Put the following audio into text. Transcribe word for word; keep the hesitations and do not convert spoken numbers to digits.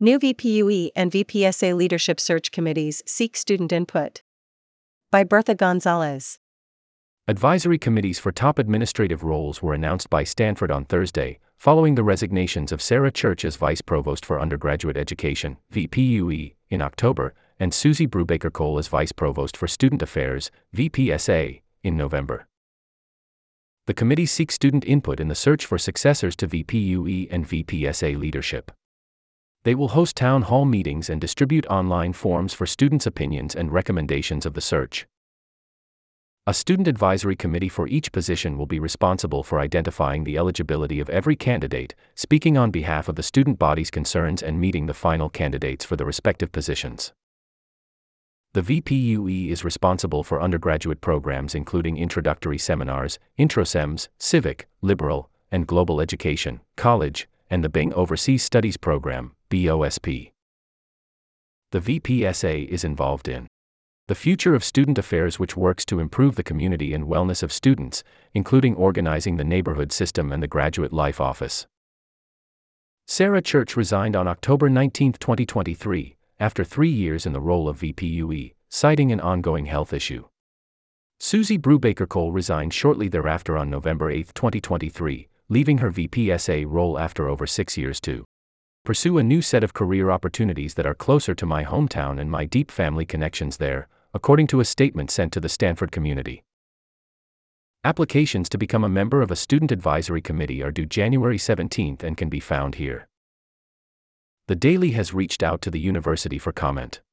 New V P U E and V P S A leadership search committees seek student input. By Bertha Gonzalez. Advisory committees for top administrative roles were announced by Stanford on Thursday, following the resignations of Sarah Church as Vice Provost for Undergraduate Education, V P U E, in October, and Susie Brubaker-Cole as Vice Provost for Student Affairs, V P S A, in November. The committees seek student input in the search for successors to V P U E and V P S A leadership. They will host town hall meetings and distribute online forms for students' opinions and recommendations of the search. A student advisory committee for each position will be responsible for identifying the eligibility of every candidate, speaking on behalf of the student body's concerns and meeting the final candidates for the respective positions. The V P U E is responsible for undergraduate programs including introductory seminars, IntroSems, Civic, Liberal, and Global Education, College, and the Bing Overseas Studies Program, B O S P. The V P S A is involved in the future of student affairs, which works to improve the community and wellness of students, including organizing the neighborhood system and the graduate life office. Sarah Church resigned on October nineteenth, twenty twenty-three, after three years in the role of V P U E, citing an ongoing health issue. Susie Brubaker-Cole resigned shortly thereafter on November eighth, twenty twenty-three, leaving her V P S A role after over six years to pursue a new set of career opportunities that are closer to my hometown and my deep family connections there, according to a statement sent to the Stanford community. Applications to become a member of a student advisory committee are due January seventeenth and can be found here. The Daily has reached out to the university for comment.